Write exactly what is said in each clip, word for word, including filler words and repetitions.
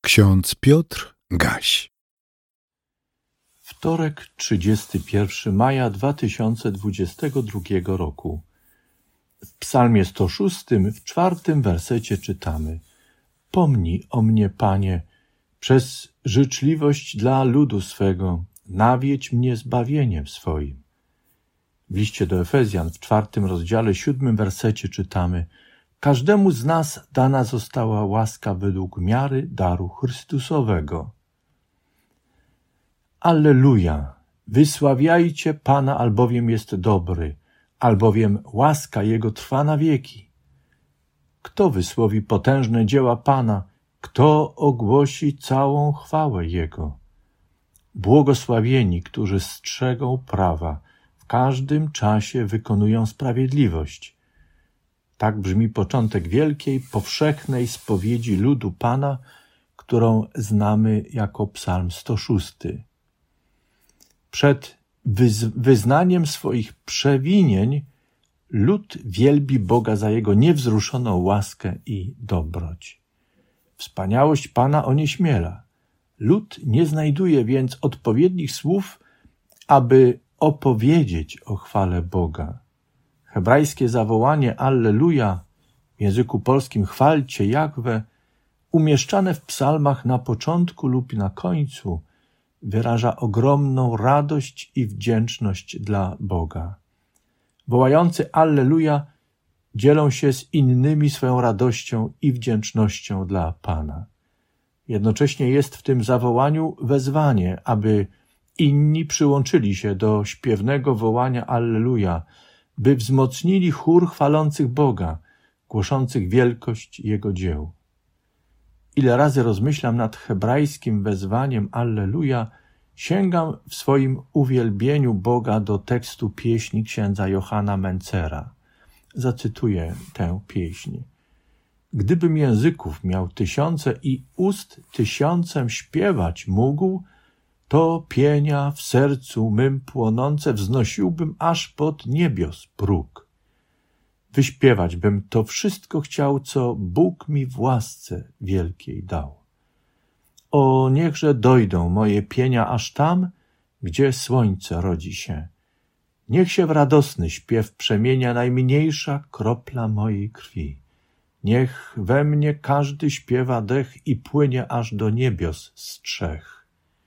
Ksiądz Piotr Gaś. Wtorek, trzydziestego pierwszego maja dwa tysiące dwudziestego drugiego roku. W psalmie sto szóstym, w czwartym wersecie czytamy: Pomnij o mnie, Panie, przez życzliwość dla ludu swego, nawiedź mnie zbawieniem swoim. W liście do Efezjan, w czwartym rozdziale, siódmym wersecie czytamy: Każdemu z nas dana została łaska według miary daru Chrystusowego. Alleluja! Wysławiajcie Pana, albowiem jest dobry, albowiem łaska Jego trwa na wieki. Kto wysłowi potężne dzieła Pana? Kto ogłosi całą chwałę Jego? Błogosławieni, którzy strzegą prawa, w każdym czasie wykonują sprawiedliwość. Tak brzmi początek wielkiej, powszechnej spowiedzi ludu Pana, którą znamy jako psalm sto szósty. Przed wyz- wyznaniem swoich przewinień lud wielbi Boga za Jego niewzruszoną łaskę i dobroć. Wspaniałość Pana onieśmiela. Lud nie znajduje więc odpowiednich słów, aby opowiedzieć o chwale Boga. Hebrajskie zawołanie Alleluja, w języku polskim chwalcie Jahwe, umieszczane w psalmach na początku lub na końcu, wyraża ogromną radość i wdzięczność dla Boga. Wołający Alleluja dzielą się z innymi swoją radością i wdzięcznością dla Pana. Jednocześnie jest w tym zawołaniu wezwanie, aby inni przyłączyli się do śpiewnego wołania Alleluja, by wzmocnili chór chwalących Boga, głoszących wielkość Jego dzieł. Ile razy rozmyślam nad hebrajskim wezwaniem Alleluja, sięgam w swoim uwielbieniu Boga do tekstu pieśni księdza Johana Mencera. Zacytuję tę pieśń. Gdybym języków miał tysiące i ust tysiącem śpiewać mógł, to pienia w sercu mym płonące wznosiłbym aż pod niebios próg. Wyśpiewać bym to wszystko chciał, co Bóg mi w łasce wielkiej dał. O, niechże dojdą moje pienia aż tam, gdzie słońce rodzi się. Niech się w radosny śpiew przemienia najmniejsza kropla mojej krwi. Niech we mnie każdy śpiewa dech i płynie aż do niebios strzech.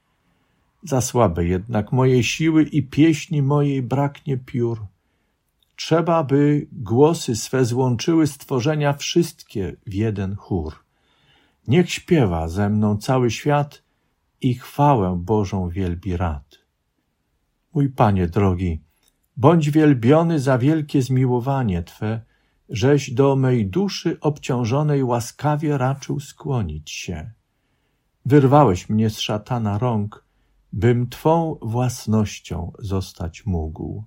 Za słabe jednak moje siły i pieśni mojej braknie piór. Trzeba, by głosy swe złączyły stworzenia wszystkie w jeden chór. Niech śpiewa ze mną cały świat i chwałę Bożą wielbi rad. Mój Panie drogi, bądź wielbiony za wielkie zmiłowanie Twe, żeś do mej duszy obciążonej łaskawie raczył skłonić się. Wyrwałeś mnie z szatana rąk, bym Twą własnością zostać mógł.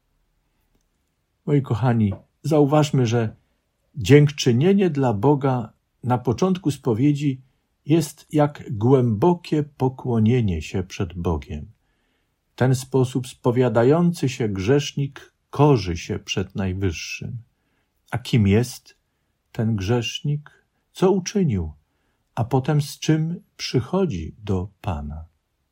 Moi kochani, zauważmy, że dziękczynienie dla Boga na początku spowiedzi jest jak głębokie pokłonienie się przed Bogiem. W ten sposób spowiadający się grzesznik korzy się przed Najwyższym. A kim jest ten grzesznik? Co uczynił? A potem z czym przychodzi do Pana?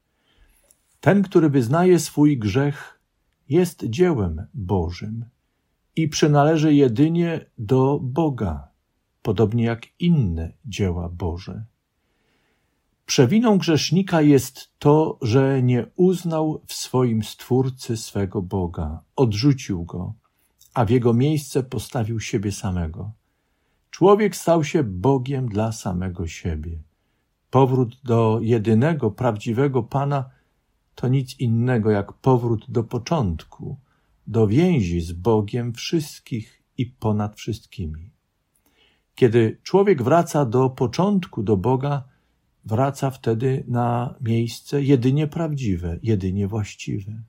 Ten, który wyznaje swój grzech, jest dziełem Bożym i przynależy jedynie do Boga, podobnie jak inne dzieła Boże. Przewiną grzesznika jest to, że nie uznał w swoim Stwórcy swego Boga, odrzucił Go, a w Jego miejsce postawił siebie samego. Człowiek stał się Bogiem dla samego siebie. Powrót do jedynego, prawdziwego Pana to nic innego jak powrót do początku, do więzi z Bogiem wszystkich i ponad wszystkimi. Kiedy człowiek wraca do początku, do Boga, wraca wtedy na miejsce jedynie prawdziwe, jedynie właściwe.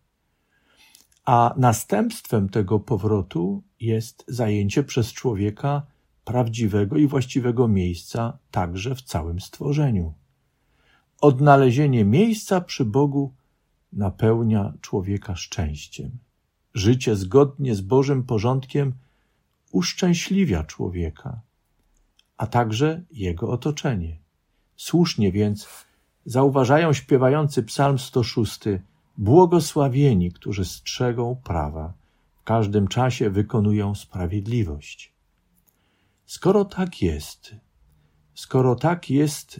A następstwem tego powrotu jest zajęcie przez człowieka prawdziwego i właściwego miejsca także w całym stworzeniu. Odnalezienie miejsca przy Bogu napełnia człowieka szczęściem. Życie zgodnie z Bożym porządkiem uszczęśliwia człowieka, a także jego otoczenie. Słusznie więc zauważają śpiewający psalm sto szósty: błogosławieni, którzy strzegą prawa, w każdym czasie wykonują sprawiedliwość. Skoro tak jest, skoro tak jest,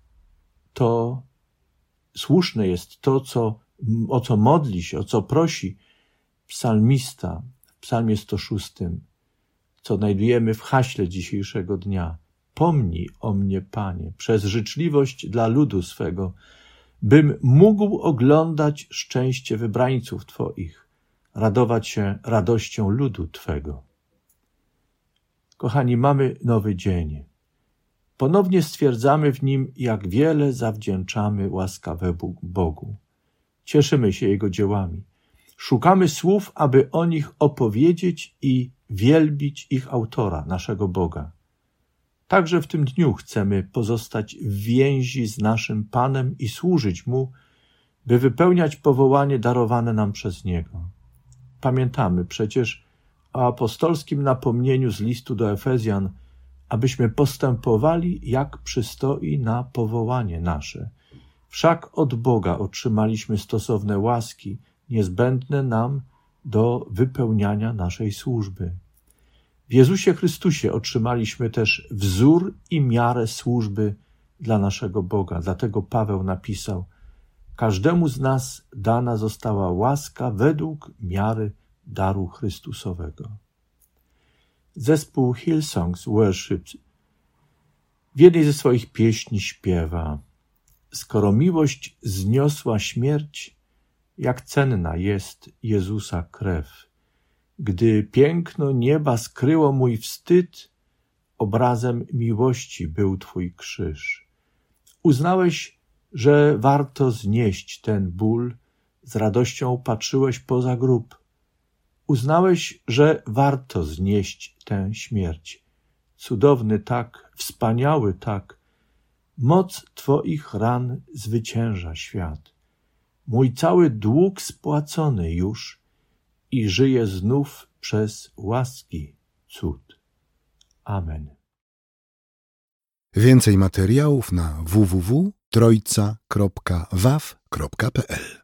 to słuszne jest to, co, o co modli się, o co prosi psalmista w psalmie sto szóstym, co znajdujemy w haśle dzisiejszego dnia. Pomnij o mnie, Panie, przez życzliwość dla ludu swego, bym mógł oglądać szczęście wybrańców Twoich, radować się radością ludu Twego. Kochani, mamy nowy dzień. Ponownie stwierdzamy w nim, jak wiele zawdzięczamy łaskawemu Bogu. Cieszymy się Jego dziełami. Szukamy słów, aby o nich opowiedzieć i wielbić ich autora, naszego Boga. Także w tym dniu chcemy pozostać w więzi z naszym Panem i służyć Mu, by wypełniać powołanie darowane nam przez Niego. Pamiętamy przecież o apostolskim napomnieniu z listu do Efezjan, abyśmy postępowali, jak przystoi na powołanie nasze. Wszak od Boga otrzymaliśmy stosowne łaski, niezbędne nam do wypełniania naszej służby. W Jezusie Chrystusie otrzymaliśmy też wzór i miarę służby dla naszego Boga. Dlatego Paweł napisał: każdemu z nas dana została łaska według miary daru Chrystusowego. Zespół Hillsongs Worship w jednej ze swoich pieśni śpiewa: skoro miłość zniosła śmierć, jak cenna jest Jezusa krew. Gdy piękno nieba skryło mój wstyd, obrazem miłości był Twój krzyż. Uznałeś, że warto znieść ten ból, z radością patrzyłeś poza grób. Uznałeś, że warto znieść tę śmierć. Cudowny tak, wspaniały tak, moc Twoich ran zwycięża świat. Mój cały dług spłacony już i żyję znów przez łaski cud. Amen. Więcej materiałów na w w w kropka trojca kropka w a w kropka p l